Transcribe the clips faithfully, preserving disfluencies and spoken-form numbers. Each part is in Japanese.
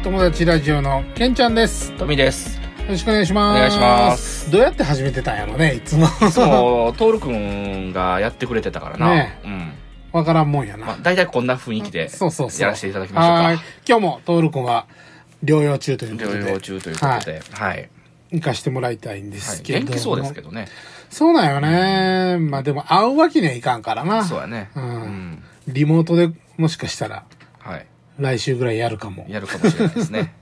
友達ラジオのけんちゃんです。 トミです。 よろしくお願いします。 お願いします。 どうやって始めてたんやろね、いつも。いつもトールくんがやってくれてたからな。ねえ。うん。わからんもんやな。まあ、 大体こんな雰囲気でそうそうそうやらせていただきましょうか。 はい。今日もトールくんは療養中ということで。 療養中ということで。はい。はい、 行かしてもらいたいんですけど、はい。 元気そうですけどね。 そうなんよね。まあでも会うわけにはいかんからな。 そうやね。 うん。うん、リモートでもしかしたら。 はい。 来週ぐらいやるかも。 やるかもしれないですね。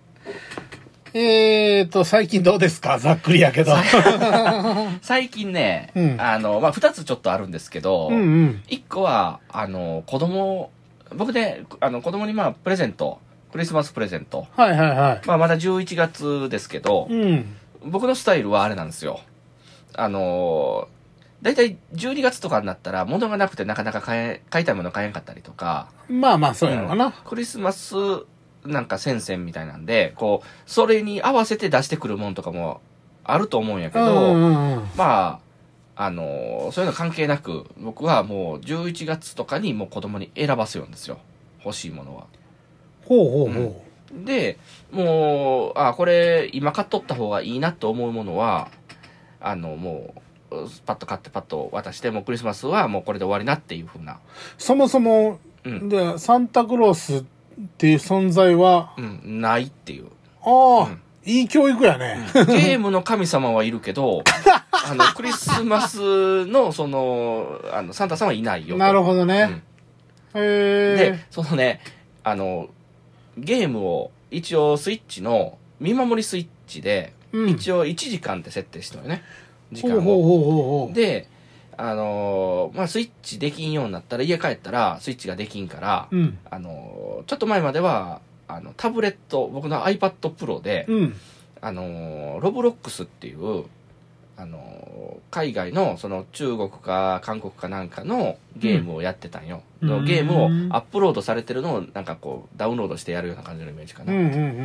えーと、最近どうですか？ざっくりやけど。 最近ね、 うん、 あの、まあ、二つちょっとあるんですけど、 うんうん、 一個は、あの、子供、僕ね、あの、子供にまあ、プレゼント、クリスマスプレゼント。 はいはいはい。 まあ、まだじゅういちがつですけど、 うん、 僕のスタイルはあれなんですよ。あの、だいたいじゅうにがつとかになったら、物がなくてなかなか買え、買いたいもの買えんかったりとか。 まあまあ、そうやろうな、うん。 クリスマス、なんか戦線みたいなんで、こう、それに合わせて出してくるもんとかもあると思うんやけど、 うんうんうん、 まあ、あの、そういうの関係なく、僕はもうじゅういちがつとかにもう子供に選ばせようんですよ。欲しいものは。 ほうほうほう。ん、で、もう、あ、これ今買っとった方がいいなと思うものは、あの、もう、パッと買ってパッと渡して、もうクリスマスはもうこれで終わりなっていう風な。 そもそも、うん、で、サンタクロースっていう存在は、 うん、ないっていう。 ああ、うん、いい教育やね、 うん。ゲームの神様はいるけど、あの、クリスマスの、その、あの、サンタさんはいないよ。 なるほどね。うん、へえ。 で、そのね、あの、ゲームを、一応スイッチの見守りスイッチで、うん、一応いちじかんって設定したのよね。時間を。 ほうほうほうほう。 で、あのー、まあ、スイッチできんようになったら、家帰ったらスイッチができんから、 うん、 あのー、ちょっと前までは、あの、タブレット、僕の iPad Pro で、 うん、 あのー、ロブロックスっていう、あのー、海外の、その中国か韓国かなんかのゲームをやってたんよ。うん、ゲームをアップロードされてるのを、なんかこう、ダウンロードしてやるような感じのイメージかな。 うんうんうん、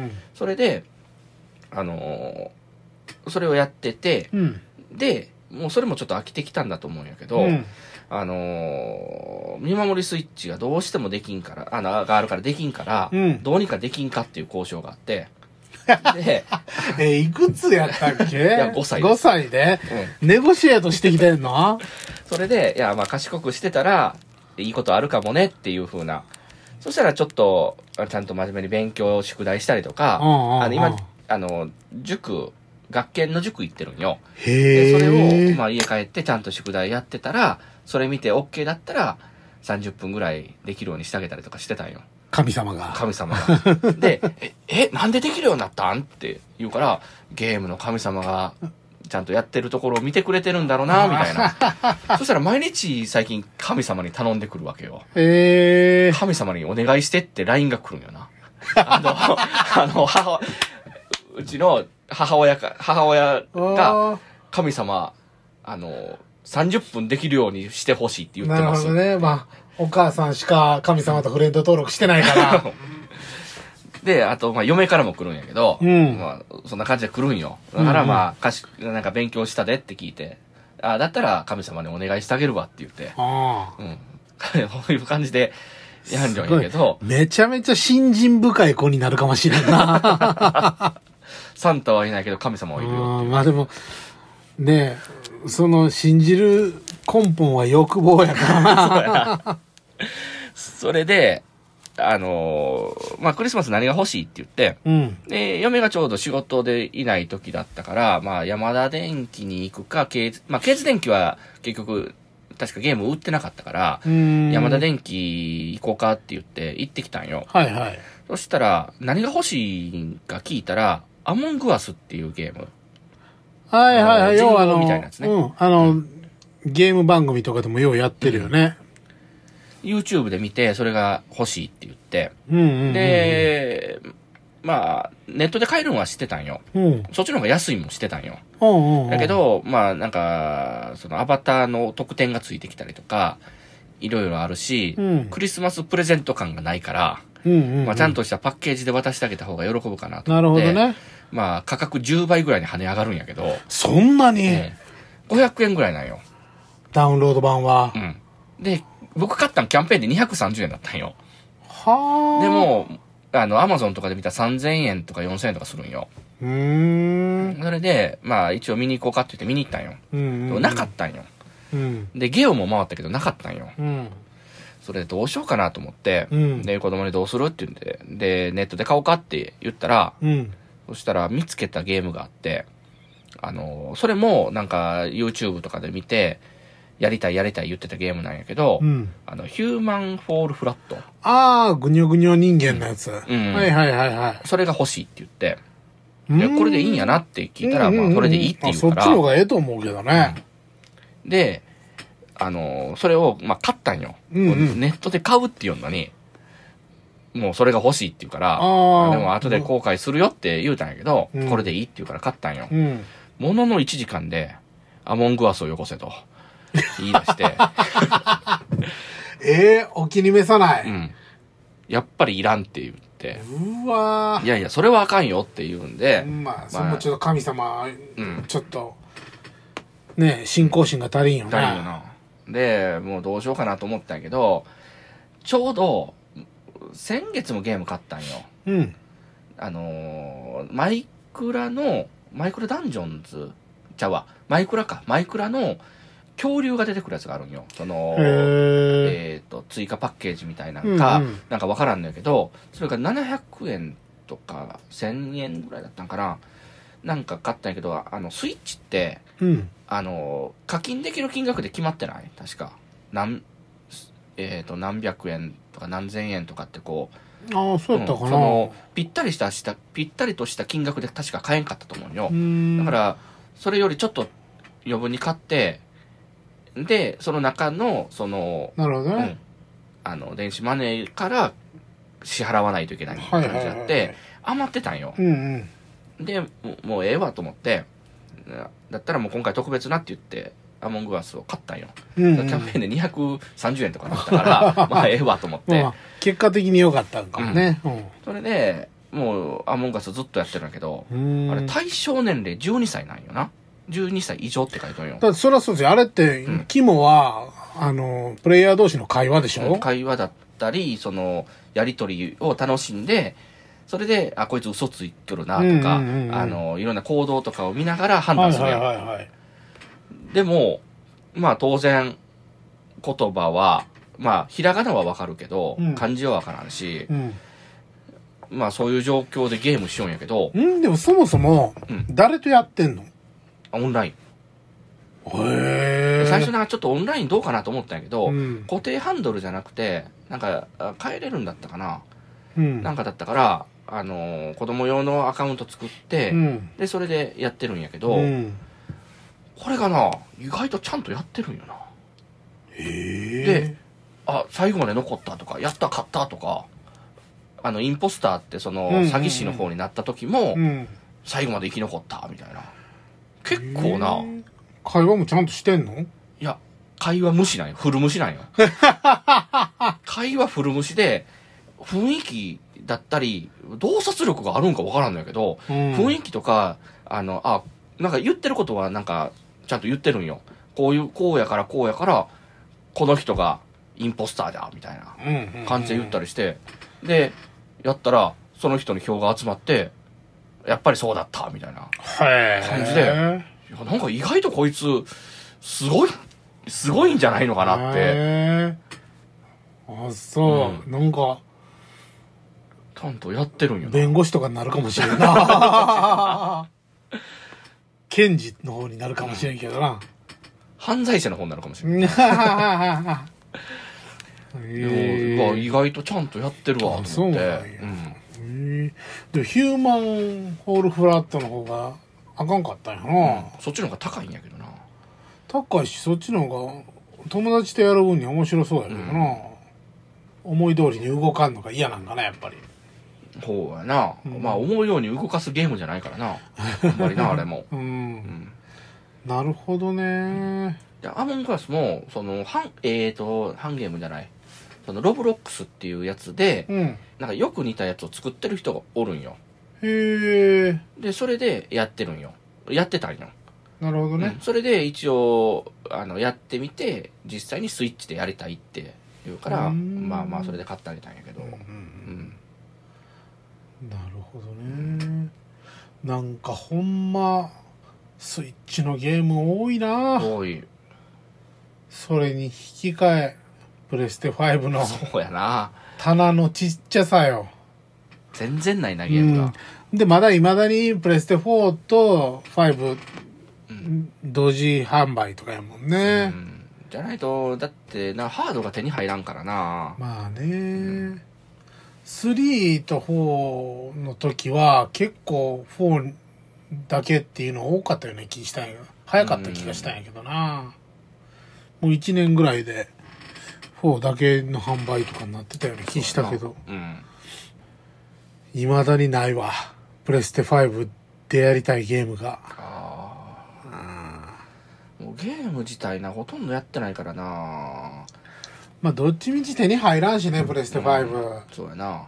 それで、あのー、それをやってて、 うん、 で、もうそれもちょっと飽きてきたんだと思うんやけど、うん、あのー、見守りスイッチがどうしてもできんから、あの、があるからできんから、うん、どうにかできんかっていう交渉があって、で、 え、いくつやったっけ？いや、ごさいです。 ごさいで、うん、ネゴシエートしてきてんの？ それで、いや、まあ、賢くしてたら、いいことあるかもねっていう風な。そしたらちょっと、ちゃんと真面目に勉強、宿題したりとか、 うんうんうん、 あの、今、あの、塾、学研の塾行ってるんよ。 へで、それを、まあ、家帰ってちゃんと宿題やってたら、それ見て OK だったら、さんじゅっぷんぐらいできるようにしてあげたりとかしてたんよ。 神様が。 神様が。で、え、え、なんでできるようになったんって言うから、ゲームの神様が、ちゃんとやってるところを見てくれてるんだろうな、みたいな。そしたら毎日最近神様に頼んでくるわけよ。 へー。 神様にお願いしてって ライン が来るんよな。あの、あの、母、うちの母親か、母親が、神様、あの、さんじゅっぷんできるようにしてほしいって言ってます。 なるほどね。まあ、お母さんしか神様とフレンド登録してないから。 で、あと、まあ、嫁からも来るんやけど、 うん、 まあ、そんな感じで来るんよ。だからまあ、かし、なんか勉強したでって聞いて、あ、だったら神様にお願いしてあげるわって言って、 あうん。こういう感じで、やんじゃんやけど。 めちゃめちゃ信心深い子になるかもしれんな。 サンタはいないけど神様はいるよっていう。 まあでも、ねえ、その信じる根本は欲望やからな。 そうやな。それで、あのー、まあ、クリスマス何が欲しいって言って、 うん、 で、嫁がちょうど仕事でいない時だったから、まあ、ヤマダ電機に行くか、ケーズ、まあ、ケーズ電機は結局、確かゲーム売ってなかったから、ヤマダ電機行こうかって言って行ってきたんよ。 はいはい。 そしたら、何が欲しいんか聞いたら、アモングアスっていうゲーム。 はいはいはい。要はあの、 みたいなやつね。 うん。あの、うん、ゲーム番組とかでもようやってるよね。 うん、YouTube で見て、それが欲しいって言って。 うんうんうんうん、 で、まあ、ネットで買えるのは知ってたんよ。 うん、 そっちの方が安いもしてたんよ。 うんうんうん、 だけど、まあ、なんか、そのアバターの特典がついてきたりとか、いろいろあるし、 うん、 クリスマスプレゼント感がないから、 うんうんうん、 まあ、ちゃんとしたパッケージで渡してあげた方が喜ぶかなと思って。なるほどね。 まあ、価格じゅうばいぐらいに跳ね上がるんやけど。 そんなに、 ね、ごひゃくえんぐらいなんよ。 ダウンロード版は。 うん。で、僕買ったのキャンペーンでにひゃくさんじゅうえんだったんよ。 はあ。 でも、 あの、アマゾンとかで見たらさんぜんえんとかよんせんえんとかするんよ。 うーん。 それで、まあ一応見に行こうかって言って見に行ったんよ。 うんうんうん、 でもなかったんよ。 うん。 で、ゲオも回ったけどなかったんよ。 うん。 それでどうしようかなと思って、 うん、 で、子供にどうするって言って、で、ネットで買おうかって言ったら、 うん、 そしたら見つけたゲームがあって、あの、それもなんか YouTube とかで見て、やりたいやりたい言ってたゲームなんやけど、 うん、 あの、ヒューマンフォールフラット。 ああ、ぐにょぐにょ人間のやつ。うん、はいはいはいはい。 それが欲しいって言って、いや、これでいいんやなって聞いたら、まあ、それでいいって言うから。 そっちの方がええと思うけどね。 うん、で、あの、それを、まあ、買ったんよ。 うんうん、 ネットで買うって言うのに、もうそれが欲しいって言うから、 あでも後で後悔するよって言うたんやけど、 うん、 これでいいって言うから買ったんよ。 うん、 もののいちじかんで、アモングアスをよこせと言い出して。 ええー、お気に召さない。 うん。やっぱりいらんって言って。 うわいやいや、それはあかんよって言うんで。 まあ、それもちょっと神様、 うん、 ちょっと、ね、信仰心が足りんよな。 足りんよな。で、もうどうしようかなと思ったんやけど、ちょうど、先月もゲーム買ったんよ。 うん。 あのー、マイクラの、マイクラダンジョンズちゃうわ。マイクラか。マイクラの恐竜が出てくるやつがあるんよ。その、えっ、ー、と、追加パッケージみたいなのか、うんうん、なんかわからんのやけど、それがななひゃくえんとかせんえんぐらいだったんかな。なんか買ったんやけど、あの、スイッチって、 うん、 あの、課金できる金額で決まってない確か。なん、えっ、ー、と、何百円とか何千円とかってこう、 ああ、そうやったかな、 うん、その、ぴったりしたした、ぴったりとした金額で確か買えんかったと思うよ。だから、それよりちょっと余分に買って、で、その中の、その、 なるほどね。うん、 あの、電子マネーから支払わないといけない感じがあって、余ってたんよ。 うんうん、で、もうええわと思って、だったらもう今回特別なって言って、アモングアスを買ったんよ。うんうん、キャンペーンでにひゃくさんじゅうえんとかだったから、まあええわと思って。まあ、 結果的に良かったんかもね。 うんうん、それで、もうアモングアスずっとやってるんだけど、あれ対象年齢じゅうにさいなんよな。じゅうにさい以上って書いてあるよ。 だってそりゃそうですよ。あれって、うん、肝は、あの、プレイヤー同士の会話でしょ、 うん、会話だったり、その、やりとりを楽しんで、それで、あ、こいつ嘘ついてるなとか、うんうんうん、あの、いろんな行動とかを見ながら判断するやん。はいはいはいはい、でも、まあ当然、言葉は、まあ、ひらがなはわかるけど、うん、漢字はわからんし、うん、まあそういう状況でゲームしようんやけど。 んでもそもそも、誰とやってんの？ オンライン。 へー。 最初なんかちょっとオンラインどうかなと思ったんやけど、うん、固定ハンドルじゃなくて、なんか変えれるんだったかな。うん、なんかだったから、あのー、子供用のアカウント作って、うん、で、それでやってるんやけど、うん、これがな、意外とちゃんとやってるんよな。 へー。 で、あ、最後まで残ったとか、やった、勝ったとか、あの、インポスターってその、詐欺師の方になった時も、うん、最後まで生き残った、みたいな。結構な。 会話もちゃんとしてんの？ いや、会話無視なんよ。フル無視なんよ。会話フル無視で、雰囲気だったり、洞察力があるんかわからんのやけど、うん、雰囲気とか、あの、あ、なんか言ってることはなんか、ちゃんと言ってるんよ。こういう、こうやからこうやから、この人がインポスターだ、みたいな感じで言ったりして、で、やったら、その人に票が集まって、やっぱりそうだった、みたいな感じで、いやなんか意外とこいつ、すごい、すごいんじゃないのかなって。 あ、そう、うん、なんか、 ちゃんとやってるんよな。 弁護士とかになるかもしれんな。検事の方になるかもしれんけどな。 犯罪者の方になるかもしれない。でも、意外とちゃんとやってるわと思って。そうなんや。 うん、でヒューマンホールフラットの方があかんかったんやな、うん、 そっちの方が高いんやけどな。 高いし、そっちの方が友達とやる分に面白そうやけどな、うん、思い通りに動かんのが嫌なんかな、やっぱり。 ほうやな、うん、まあ思うように動かすゲームじゃないからな。あんまりな、あれも。うん、うん、 なるほどね。 で、アモングアスも、その、ハン、えーと、ハンゲームじゃない。その、ロブロックスっていうやつで、うん、なんかよく似たやつを作ってる人がおるんよ。 へー。 で、それでやってるんよ。やってたんよ。 なるほどね。 うん、それで一応、あの、やってみて、実際にスイッチでやりたいって言うから、まあまあ、それで買ってあげたんやけど。うんうんうん、 ほどね。なんかほんまスイッチのゲーム多いな。 多い。 それに引き換えプレステファイブのそうやな。 棚のちっちゃさよ。 全然ないなゲームが、 うん、でまだいまだにプレステフォーとファイブ、うん、同時販売とかやもんね、 うん、じゃないとだってなハードが手に入らんからな。 まあね、うん、スリーとフォーの時は結構フォーだけっていうの多かったような気がしたんや早かった気がしたんやけどな、もういちねんぐらいでフォーだけの販売とかになってたような気したけど、いま、うん、だにないわプレステファイブでやりたいゲームが。 ああ、もうゲーム自体なほとんどやってないからな。 まあどっちみち手に入らんしね、プレステファイブ、うん、 そうやな、 うん、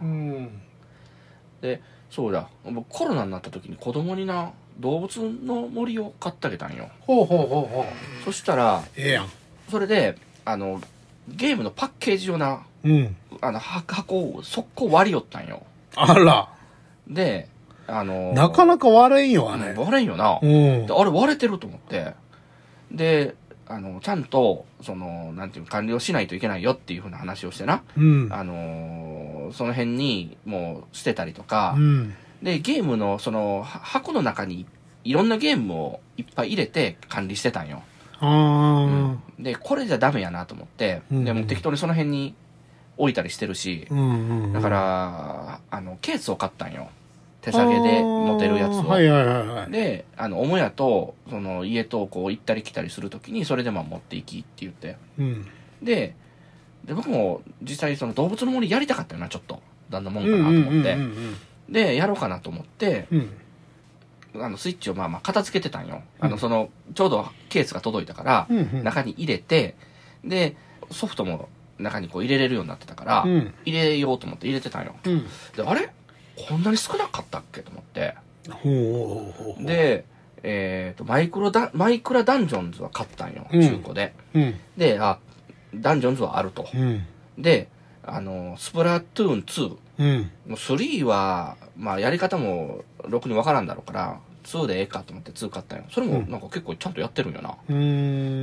でそうだ僕コロナになった時に子供にな動物の森を買ってあげたんよ。 ほうほうほうほう。そしたらええやん。 それであのゲームのパッケージをな、 うん、 あの箱を速攻割りよったんよ。 あら。 であのなかなか割れんよあれ、 うん、割れんよな、 うん、 であれ割れてると思って、であのちゃんとそのなんていう管理をしないといけないよっていうふうな話をしてな、 うん、 あのその辺にもう捨てたりとか、 うん、 でゲームのその箱の中にいろんなゲームをいっぱい入れて管理してたんよ。 あ、 うん、でこれじゃダメやなと思って、 うん、 でも適当にその辺に置いたりしてるし、 うんうんうん、 だからあのケースを買ったんよ、手提げで持てるやつを。 はいはいはいはい、 であの母屋とその家とこう行ったり来たりするときにそれでまあ持っていきって言って、 うん、 でで僕も実際その動物の森やりたかったよな、ちょっとだんだんもんかなと思って、うんうんうんうん、でやろうかなと思って、 うんあのスイッチをまあまあ片付けてたんよ、うん、あのそのちょうどケースが届いたから、 うんうん、 中に入れて、でソフトも中にこう入れれるようになってたから、 うん、 入れようと思って入れてたんよ、 うん、 であれこんなに少なかったっけと思って、 ほうほうほうほう、 で、えー、とマイクロダマイクラダンジョンズは買ったんよ、 うん、 中古で、 うん、 であダンジョンズはあると、 うん、 であのスプラトゥーンツー、 うん、 もうスリーは、まあ、やり方もろくに分からんだろうからツーでええかと思ってツー買ったんよ。それもなんか結構ちゃんとやってるんよな、 うん、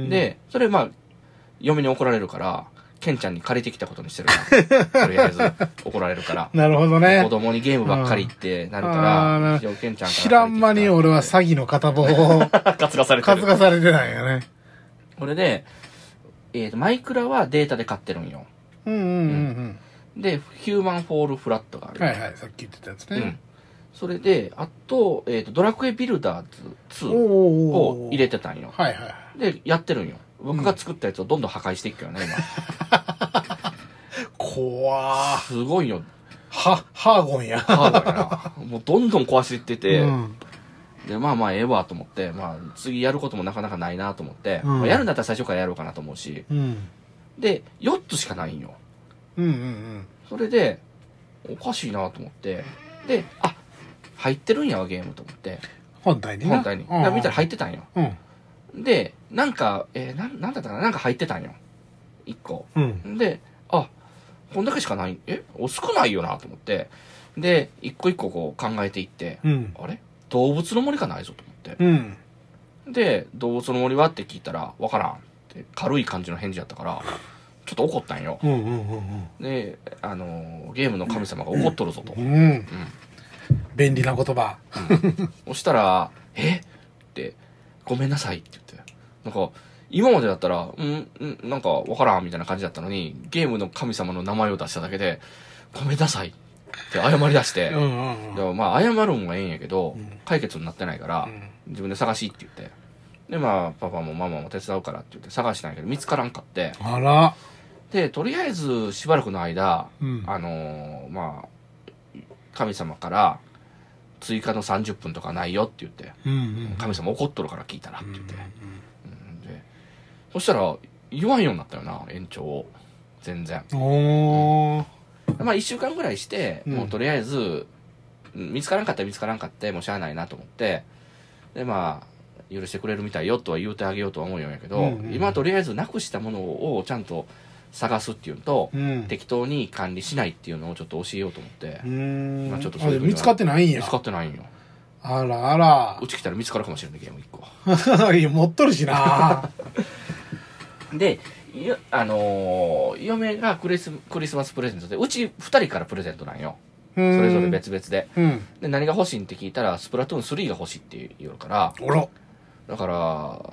でそれまあ嫁に怒られるからケンちゃんに借りてきたことにしてるなとりあえず怒られるからなるほどね、 子供にゲームばっかりってなるから、 うん、 一応ケンちゃんから知らん間に俺は詐欺の片棒を担がされてる担がされてないよね。 これで、えーとマイクラはデータで買ってるんよ。 うんうんうんうんでヒューマンフォールフラットがある、 はいはい、さっき言ってたやつね、うん、 それであと,、えー、とドラクエビルダーズツーを入れてたんよ。 はいはい、 でやってるんよ。僕が作ったやつをどんどん破壊していくよね、今怖ー、 すごいよ、 はハーゴンやハーゴンやなもうどんどん壊していってて、 うん、 でまあまあええわと思って、まあ、次やることもなかなかないなと思って、 うん、 まあ、やるんだったら最初からやろうかなと思うし、 うん、 でよっつしかないんよ。 うんうんうん、それでおかしいなと思って、であ入ってるんやわゲームと思って、 本体に本体に、うんうん、見たら入ってたんよ、 うん、 でなんか、えー、な, なんだったかな、なんか入ってたんよいっこ、 うん、 であこんだけしかない、えお少ないよなと思って、で一個一個こう考えていって、 うん、 あれ動物の森かないぞと思って、 うん、 で動物の森はって聞いたらわからんって軽い感じの返事やったからちょっと怒ったんよ、 うんうんうんうん、 であのゲームの神様が怒っとるぞと、 うんうん、便利な言葉、 うん、そしたら「えっ?」って「ごめんなさい」って言って、なんか今までだったら「うんうんなんかわからん」みたいな感じだったのに、ゲームの神様の名前を出しただけで「ごめんなさい」って謝り出してうんうん、うん、 でもまあ謝るんはええんやけど、 うん、 解決になってないから、うん、自分で探しって言って、でまあパパもママも手伝うからって言って探したんやけど見つからんかって、 あら、 でとりあえずしばらくの間、 うん、 あのー、まあ神様から追加のさんじゅっぷんとかないよって言って、 うんうん、 神様怒っとるから聞いたらって言って、うんうんうん、でそしたら言わんようになったよな、延長を全然。 おー、 うん、まあいっしゅうかんぐらいして、 うん、 もうとりあえず見つからんかったら見つからんかってもうしゃあないなと思って、でまあ許してくれるみたいよとは言うてあげようとは思うんやけど、うんうん、今とりあえずなくしたものをちゃんと探すっていうのと、 うん、 適当に管理しないっていうのをちょっと教えようと思って、 うーん、 まあ、ちょっとそういう見つかってないんや。 見つかってないんよ。 あらあら。 うち来たら見つかるかもしれないゲームいっこ。 いや、持っとるしな。 で、あのー、嫁がクリス、クリスマスプレゼントで、うちふたりからプレゼントなんよ。それぞれ別々で。 うん、 で、何が欲しいんって聞いたら、スプラトゥーンスリーが欲しいって言うから、 おら。 だから、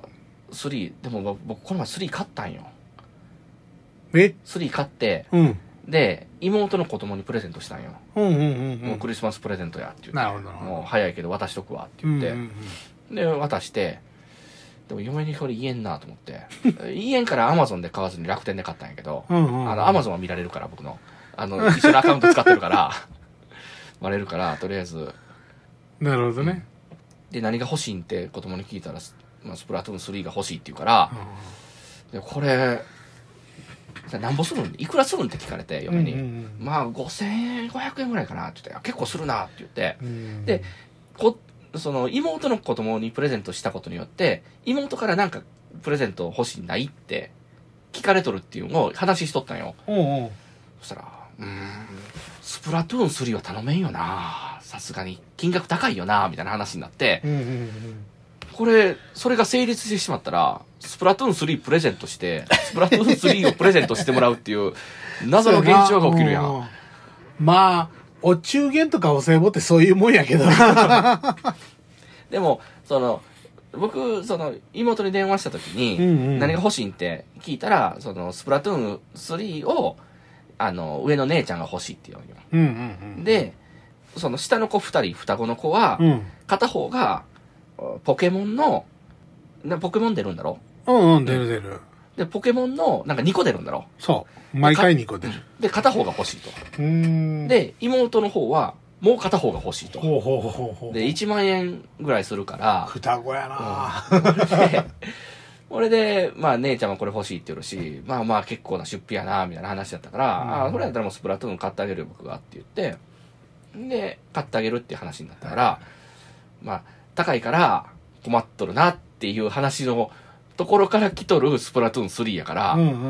スリー、でも僕この前スリー買ったんよ。 えスリー買って、 うん、 で、妹の子供にプレゼントしたんよ。 うんうんうんうん、 もうクリスマスプレゼントやって言って。 なるほど。 もう早いけど渡しとくわって言って。うんうんうん、で、渡して、でも嫁にこれ言えんなと思って。言えんからアマゾンで買わずに楽天で買ったんやけど、 うんうんうん、 あの、アマゾンは見られるから僕の。あの、一緒のアカウント使ってるから、割れるから、とりあえず。 なるほどね。 で、何が欲しいんって子供に聞いたら、まあ、スプラトゥーンスリーが欲しいって言うから、うん、でこれ、なんぼするんいくらするんって聞かれて、嫁に。うんうんうん、まあ、ごせんえん、ごひゃくえんぐらいかなって言って、結構するなって言って、うん、で、こ、その、妹の子供にプレゼントしたことによって、妹からなんか、プレゼント欲しいないって聞かれとるっていうのを話しとったんよ。 うんうん、 そしたら、うーん、スプラトゥーンスリーは頼めんよなさすがに。金額高いよなみたいな話になって、うんうんうん、これ、それが成立してしまったら、スプラトゥーンスリープレゼントして、スプラトゥーンスリーをプレゼントしてもらうっていう、謎の現象が起きるやん。 まあ、お中元とかお歳暮ってそういうもんやけどでも、その、僕、その、妹に電話した時に、うんうん、何が欲しいんって聞いたら、その、スプラトゥーンスリーを、あの、上の姉ちゃんが欲しいって言うよ、うんうんうん。で、その下の子二人、双子の子は、うん、片方が、ポケモンの、ポケモン出るんだろ？ うんうん、出る出る。 で、ポケモンの、なんかにこ出るんだろ？ そう。毎回にこ出る。 で、片方が欲しいと。うーんで、妹の方は、もう片方が欲しいと。ほうほうほうほう。で、いちまんえんぐらいするから。 双子やな、 うん、で、俺で、まあ、姉ちゃんはこれ欲しいって言うし、まあまあ結構な出費やな、みたいな話だったから、うん、ああ、それやったらもうスプラトゥーン買ってあげるよ、僕がって言って、で、買ってあげるっていう話になったから、まあ、高いから困っとるなっていう話のところから来とるスプラトゥーンスリーやから、うんうんうんうん、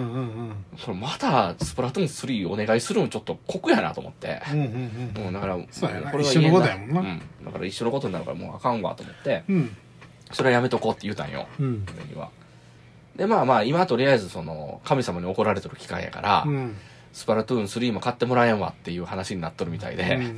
これまたスプラトゥーンスリーお願いするのちょっと酷やなと思って。うんうんうん。うん、だから、 そうやな、これは一緒のことやもんな。 うん。だから一緒のことになるからもうあかんわと思って、うん、それはやめとこうって言うたんよ。うん。には。で、まあまあ、今とりあえずその、神様に怒られてる機会やから、うん、スプラトゥーンスリーも買ってもらえんわっていう話になっとるみたいで、うんうんうんうん、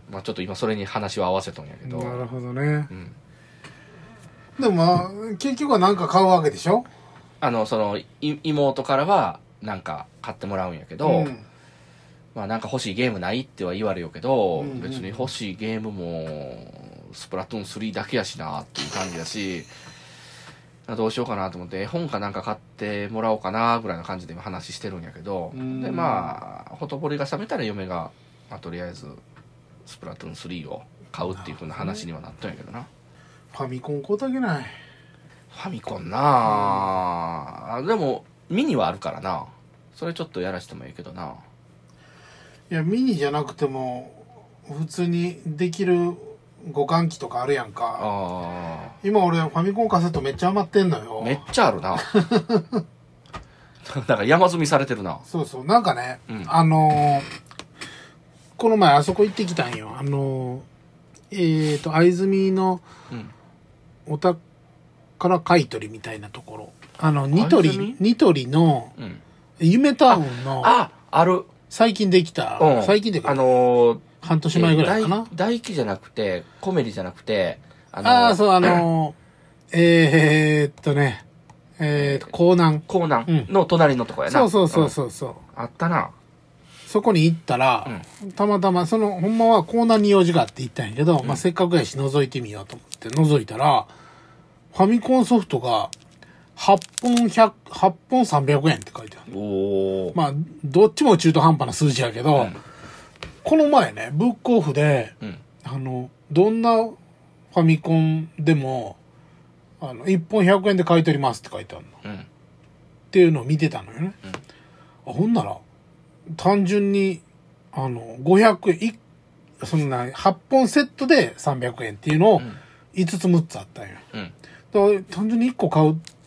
まあちょっと今それに話を合わせとんやけど。 なるほどね。うん、でもまあ、結局は何か買うわけでしょ？ あの、その、妹からはなんか買ってもらうんやけど、うん、まあなんか欲しいゲームないっては言われようけど、うんうん、別に欲しいゲームも、スプラトゥーンスリーだけやしなっていう感じだし、どうしようかなと思って絵本かなんか買ってもらおうかなぐらいの感じで今話してるんやけど、でまあほとぼりが冷めたら嫁が、まあ、とりあえずスプラトゥーンスリーを買うっていう風な話にはなったんやけどな。 ファミコン買うたけない。 ファミコンなあ、うん、でもミニはあるからな、それちょっとやらしてもいいけどな。 いやミニじゃなくても普通にできる互換機とかあるやんか。あ今俺ファミコンカセットめっちゃ余ってんのよ。 めっちゃあるな。なんか山積みされてるな。 そうそう、なんかね、うん、あのー、この前あそこ行ってきたんよ。あのー、えっ、ー、と藍住のお宝買い取りみたいなところ、あのニトリニトリの、うん、夢タウンのあ, あ, ある最近できた、うん、最近できたあのー半年前ぐらいかな。 大輝じゃなくて、コメディじゃなくて、 あのー、ああ、そう、あのー、えー、っとね、えー、っと、江南。 江南の隣のとこやな。 うん、そうそうそうそう、うん。 あったな。 そこに行ったら、うん、たまたま、その、ほんまは江南に用事があって行ったんやけど、うん、まあ、せっかくやし覗いてみようと思って覗いたら、ファミコンソフトが、はっぽんひゃく、はっぽんさんびゃくえんって書いてある。おー。まあ、どっちも中途半端な数字やけど、うんこの前ね、ブックオフで、うん、あの、どんなファミコンでも、あの、いっぽんひゃくえんで買い取りますって書いてあるの。うん、っていうのを見てたのよね。うん、あほんなら、単純に、あの、ごひゃくえん、いそんな、はっぽんセットでさんびゃくえんっていうのを、いつつむっつあったんよ。うん、だから単純にいっこ買うっ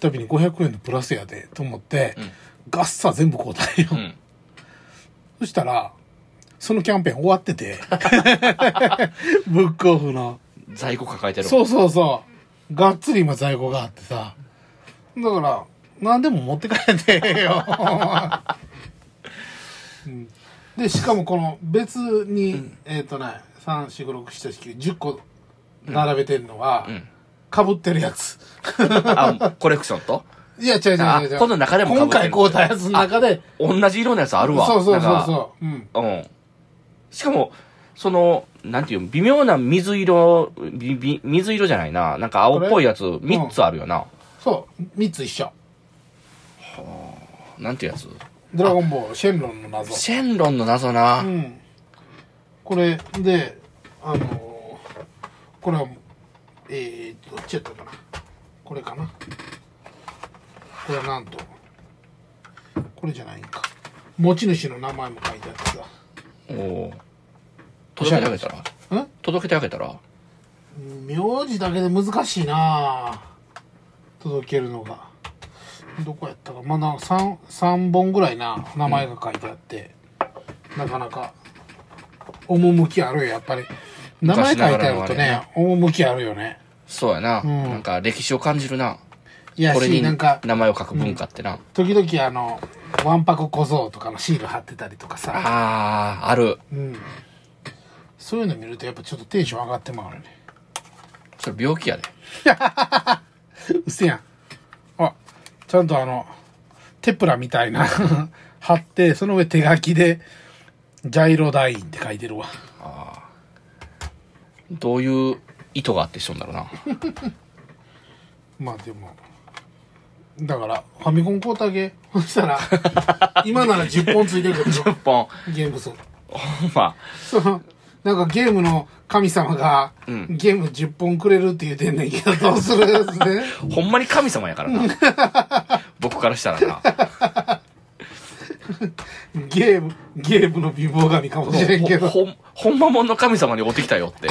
たびにごひゃくえんのプラスやでと思って、 うん、 ガッサ全部買うたんよ、うん、そしたらそのキャンペーン終わっててブックオフの在庫抱えてる。 そうそうそうがっつり今在庫があってさ、だから何でも持って帰ってよ、うん、でしかもこの別に、うん、えっ、ー、とねさん、よん、ご、ろく、なな、はち、きゅう、じゅっこ並べてるのは、うんうん、かぶってるやつあ、コレクションといや違う違う違う違う、 この中でも今回買うたやつの中で同じ色のやつあるわ。 そうそうそうそう、うん、 うん、しかもそのなんていう微妙な水色びび水色じゃないな、なんか青っぽいやつみっつあるよな、うん、 そうみっつ一緒。 はあ、なんていうやつ、 ドラゴンボールシェンロンの謎。 シェンロンの謎な、 うん、これであのー、これはえー、どっちやったかな、これかな、これはなんとこれじゃないんか、持ち主の名前も書いてあってさ、 おお、届けてあげたらん届けてあげたら名字だけで難しいな届けるのが。どこやったか、まだ 3, 3本ぐらいな名前が書いてあって、うん、なかなか趣あるよやっぱり。名前書いてあるとね趣あるよね。 そうやな、うん、なんか歴史を感じるな。 いやこれになんか名前を書く文化ってな、うん、 時々あのわんぱく小僧とかのシール貼ってたりとかさ、 ああある、 うん、そういうの見るとやっぱちょっとテンション上がってまうよね。 それ病気やでうせやん。あ、ちゃんとあのテプラみたいな貼って、その上手書きでジャイロダインって書いてるわ。 ああ、どういう意図があってしょんだろうなまあでもだからファミコン買うたげ、そしたら今ならじゅっぽんついてるけどじゅっぽんゲームソフトほんまそのなんかゲームの神様が、うん、ゲームじゅっぽんくれるって言うてんねんけど、どうするやつねほんまに神様やからな僕からしたらなゲームゲームの貧乏神かもしれんけど、 ほ, ほ, ほんまもんの神様に追ってきたよって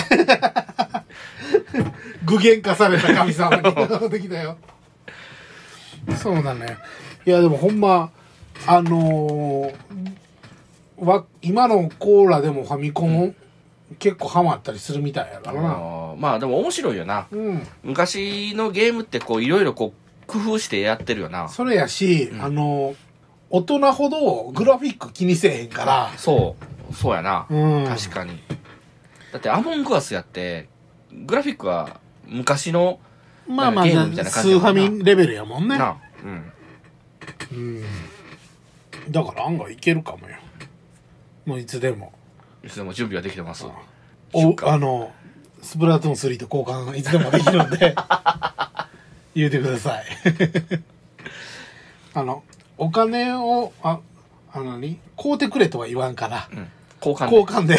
具現化された神様に追ってきたよそうだね。いやでもほんまあのー、わ今のコーラでもファミコン、うん、結構ハマったりするみたいやからな。 あ、まあでも面白いよな、 うん、 昔のゲームってこういろいろこう工夫してやってるよな。 それやし、うん、あの大人ほどグラフィック気にせえへんから、 うん、そうそうやな、 うん、 確かに。だってアモングアスやってグラフィックは昔のまあまあ、 ゲームみたいな感じスーファミレベルやもんね。 な、うん、 うん、だから案外いけるかもよ。もういつでもいつでも準備はできてます。 おあのスプラトゥーンスリーと交換いつでもできるんで言うてくださいあのお金をああのに買うてくれとは言わんから、 うん、交換で交換で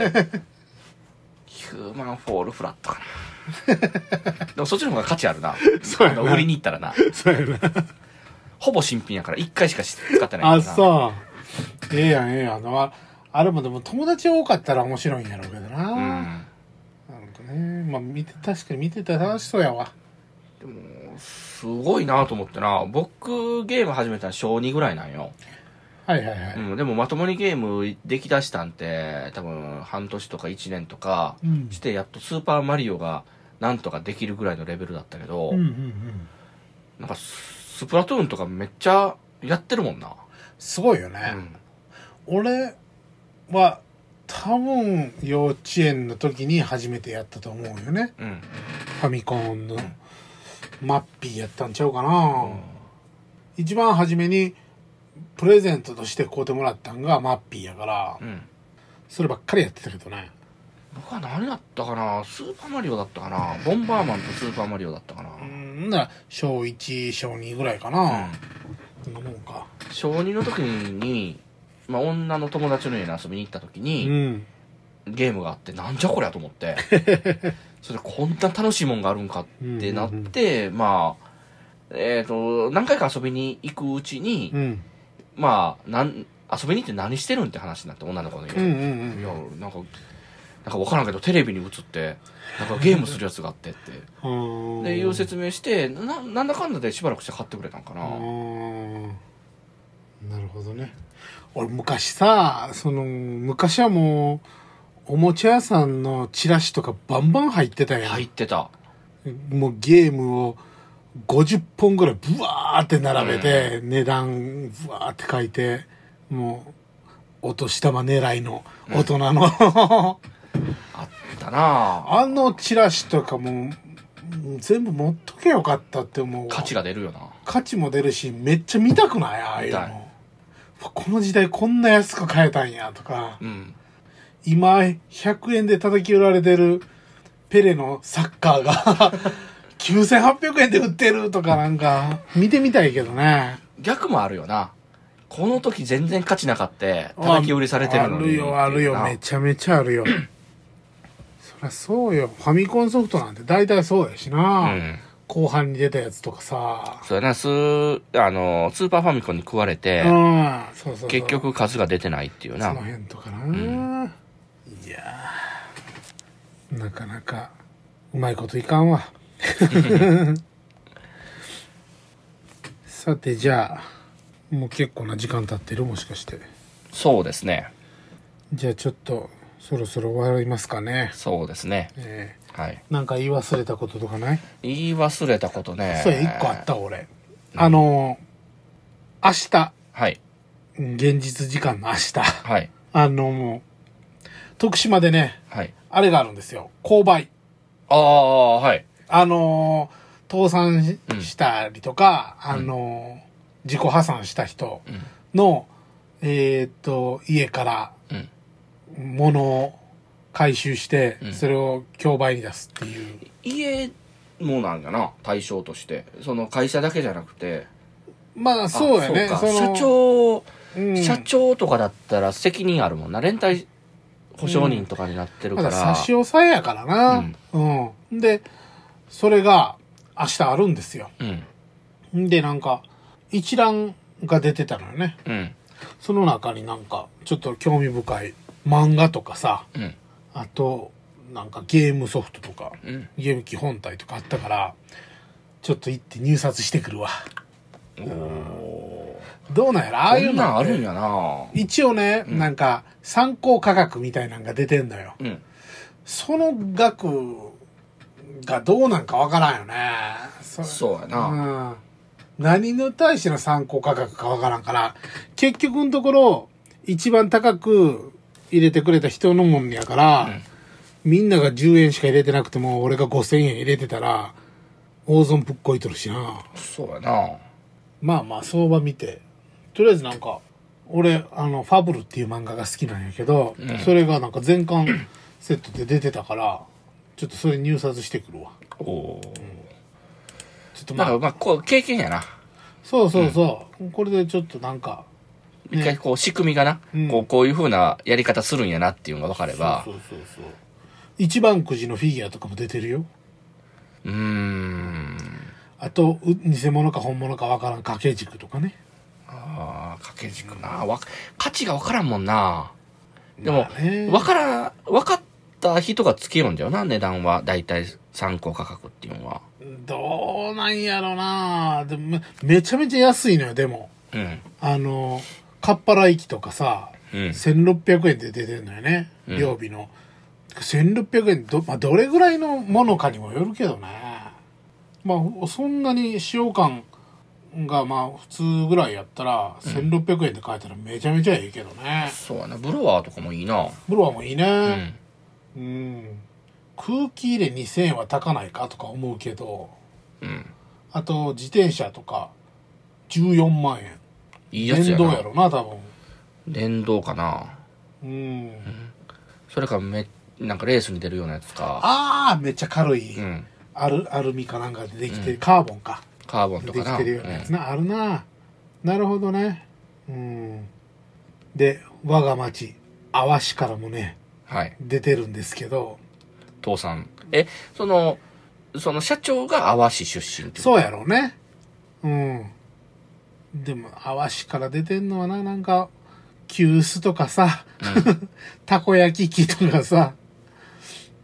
ヒューマンフォールフラットかなでもそっちの方が価値あるなそうやな、 売りに行ったらなそうやなほぼ新品やからいっかいしか使ってないからな。 あ、そうええやんええやんああれもでも友達多かったら面白いんやろうけどな、うん、なるほどね。まあ見て確かに見てたら楽しそうやわ。 でもすごいなと思ってな。僕ゲーム始めたの小にぐらいなんよ。 はいはいはい、 うん、でもまともにゲームできだしたんて多分半年とかいちねんとかしてやっとスーパーマリオがなんとかできるぐらいのレベルだったけど、 うんうんうん、 なんかスプラトゥーンとかめっちゃやってるもんな。 すごいよね、うん、俺は多分幼稚園の時に初めてやったと思うよね、 うん、 ファミコンのマッピーやったんちゃうかな、うん、一番初めにプレゼントとして買うてもらったんがマッピーやから、うん、そればっかりやってたけどね。 僕は何だったかな、スーパーマリオだったかな、ボンバーマンとスーパーマリオだったかな。 うんな小いち小にぐらいかな、そんなもんか。 小にの時に、まあ、女の友達の家に遊びに行った時に、うん、ゲームがあってなんじゃこりゃと思ってそれでこんな楽しいもんがあるんかってなって、うんうんうん、まあえっ、ー、と何回か遊びに行くうちに、うん、まあなん遊びに行って何してるんって話になって、女の子の家で、 うんうんうん、 いやなんかなんか分からんけどテレビに映ってなんかゲームするやつがあってってでいう説明してななんだかんだでしばらくして買ってくれたんかな。 なるほどね。俺昔さ、その昔はもうおもちゃ屋さんのチラシとかバンバン入ってたやん。 入ってた。 もうゲームをごじゅっぽんぐらいブワーって並べて、うん、値段ブワーって書いて、もうお年玉狙いの大人の、うん、 あったなあのチラシとかも全部持っとけよかったって思う。 価値が出るよな。 価値も出るしめっちゃ見たくない？ああいうの。この時代こんな安く買えたんやとか、うん、今ひゃくえんで叩き売られてるペレのサッカーがきゅうせんはっぴゃくえんで売ってるとかなんか見てみたいけどね。 逆もあるよな。この時全然価値なかって叩き売りされてるのに。 あるよあるよ、めちゃめちゃあるよそりゃそうよ。ファミコンソフトなんて大体そうやしな、うん、後半に出たやつとかさ。 そうやな、スー、あの、スーパーファミコンに食われて、うん、そうそうそう、結局数が出てないっていうな。 その辺とかな、うん、いやなかなかうまいこといかんわさてじゃあもう結構な時間経ってる？もしかして。 そうですね。 じゃあちょっとそろそろ終わりますかね。 そうですね、 えー、はい。なんか言い忘れたこととかない？ 言い忘れたことね。 そうや、一個あった俺、うん、あの明日、 はい、 現実時間の明日、 はい、 あのもう徳島でね、はい、あれがあるんですよ、購買。 ああ、はい。 あのー、倒産 し,、うん、したりとか、あのーうん、自己破産した人の、うん、えー、っと、家から物を回収して、うん、それを競売に出すっていう。 家もなんかな、対象として。その会社だけじゃなくて。 まあ、そうやね。 その社長、うん、社長とかだったら責任あるもんな。連帯保証人とかになってるから。 うん、まだ差し押さえやからな。うん。うん、で、それが明日あるんですよ。うん。で、なんか、一覧が出てたのよね。うん。その中になんか、ちょっと興味深い漫画とかさ、うん、あと、なんかゲームソフトとか、うん、ゲーム機本体とかあったから、ちょっと行って入札してくるわ。おー。どうなんやろ、ああいうのあるんやな。 一応ね、うん、なんか参考価格みたいなのが出てんのよ。うん、その額がどうなんかわからんよね。 そ, そうやな、うん。 何に対しての参考価格かわからんから、結局のところ、一番高く入れてくれた人のもんやから、うん、みんながじゅうえんしか入れてなくても、俺がごせんえん入れてたら、大損ぶっこいとるしな。 そうやな。 まあまあ、相場見て。とりあえずなんか、俺、あの、ファブルっていう漫画が好きなんやけど、うん、それがなんか全巻セットで出てたから、ちょっとそれ入札してくるわ。おお、うん。ちょっとまあ、まあ、こう、経験やな。 そうそうそう。うん、これでちょっとなんか、 ね、一回こう、仕組みがな、うん、こう、こういう風なやり方するんやなっていうのが分かれば。そうそうそうそう。 一番くじのフィギュアとかも出てるよ。うーん。あと、偽物か本物か分からん掛け軸とかね。 ああ、掛け軸な。わ価値が分からんもんな。でも、分からん、分かった人がつけるんだよな、値段は。だいたい参考価格っていうのは。 どうなんやろな。でもめちゃめちゃ安いのよ、でも。うん。あの、かっぱら行きとかさ、うん、せんろっぴゃくえんで出てるのよね。うん、両日の。せんろっぴゃくえんど、まあ、どれぐらいのものかにもよるけどね。まあ、そんなに使用感がまあ普通ぐらいやったら、うん、せんろっぴゃくえんで買えたらめちゃめちゃいいけどね。 そうやな。ブロワーとかもいいな。 ブロワーもいいね。うん。うん、空気入れにせんえんは高ないかとか思うけど、うん。あと、自転車とか、じゅうよんまんえん。 いいやつやな。 電動やろな、多分。 電動かな。うん。うん、それかめ、なんかレースに出るようなやつか。 ああ、めっちゃ軽い。うん。アル、アルミかなんかでできてる、うん、カーボンか。 カーボンとかな。 できてるようなやつな、うん、あるな。なるほどね。うん。で、我が町、阿波市からもね、はい。出てるんですけど。 父さん。え、その、その社長が阿波市出身ってそうやろうね。うん。でも、阿波市から出てんのはな、なんか、急須とかさ、うん、たこ焼き器とかさ、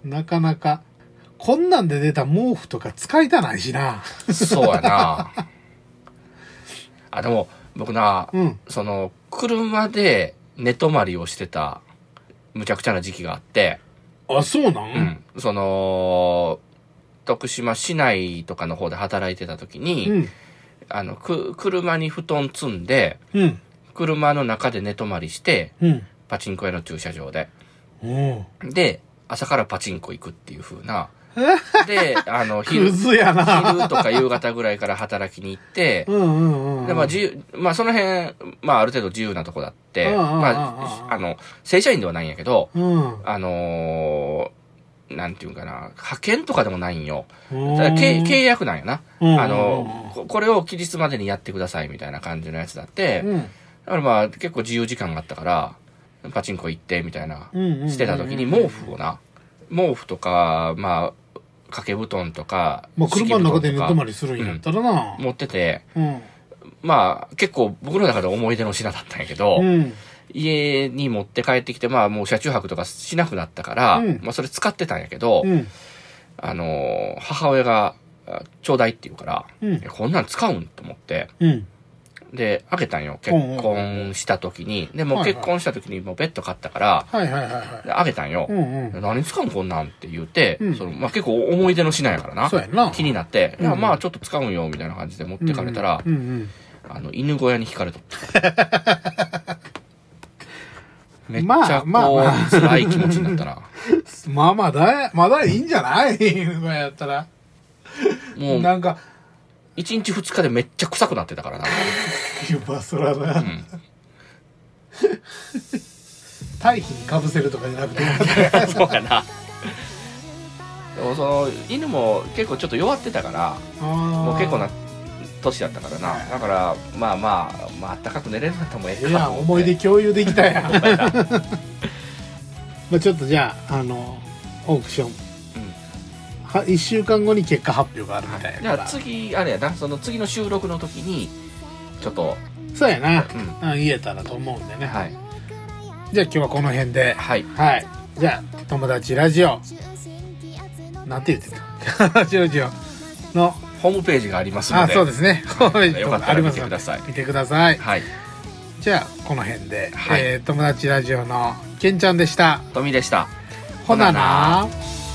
なかなかこんなんで出た毛布とか使いたないしな。 そうやな。あ、でも僕な、 うん、 その車で寝泊まりをしてたむちゃくちゃな時期があって、 あ、そうなん、 うん、その徳島市内とかの方で働いてた時に、うん、あのく車に布団積んで、うん、車の中で寝泊まりして、うん、パチンコ屋の駐車場で、うん、で朝からパチンコ行くっていう風なで、あの、昼、昼とか夕方ぐらいから働きに行って、うんうんうん、で、まあ自由、まあその辺、まあある程度自由なとこだって、うんうんうん、まあ、あの、正社員ではないんやけど、うん、あのー、なんていうんかな、派遣とかでもないんよ。契, 契約なんやな。うんうんうん、あのこ、これを期日までにやってくださいみたいな感じのやつだって、うん、だからまあ結構自由時間があったから、パチンコ行ってみたいな、してた時に毛布をな、毛布とか、まあ、掛け布団とか、 まあ、車の中で寝泊まりするんやったらな、 うん、持ってて、うん、まあ結構僕の中で思い出の品だったんやけど、うん、家に持って帰ってきて、まあもう車中泊とかしなくなったから、うん、まあそれ使ってたんやけど、うん、あの母親がちょうだいって言うから、うん、こんなん使うんと思って、うん、で開けたんよ、結婚した時に。でもう結婚した時にもうベッド買ったから、はいはいはいはい、開けたんよ、うんうん、何使うんこんなんって言うて、うん、そのまあ、結構思い出の品やからな、そうやな、気になって、うん、いやまあちょっと使うんよみたいな感じで持ってかれたら、うんうんうん、あの犬小屋に引かれとっためっちゃこう、まあまあまあ、辛い気持ちになったな。 まあまだまだいいんじゃない、犬小屋やったら。もうなんかいちにちふつかでめっちゃ臭くなってたからな。 まあそらな、うん、堆肥にかぶせるとかじゃなくてそうやな。でもその犬も結構ちょっと弱ってたから、もう結構な年だったからな、だからまあまあまああったかく寝れるんだったらもうええか。 いや思い出共有できたやん。まあちょっとじゃああのオークションいっしゅうかんごに結果発表があるみたいな。 じゃあ次あれやな、その次の収録の時にちょっとそうやな、うん、言えたらと思うんでね、はい、じゃあ今日はこの辺で、はい、はい、じゃあ友達ラジオなんて言ってた友達ラジオのホームページがありますので、 あ、そうですね、ホームページよかったら見てください。 見てください。はい、じゃあこの辺で、はい、えー、友達ラジオのけんちゃんでした。 とみでした。 ほなな。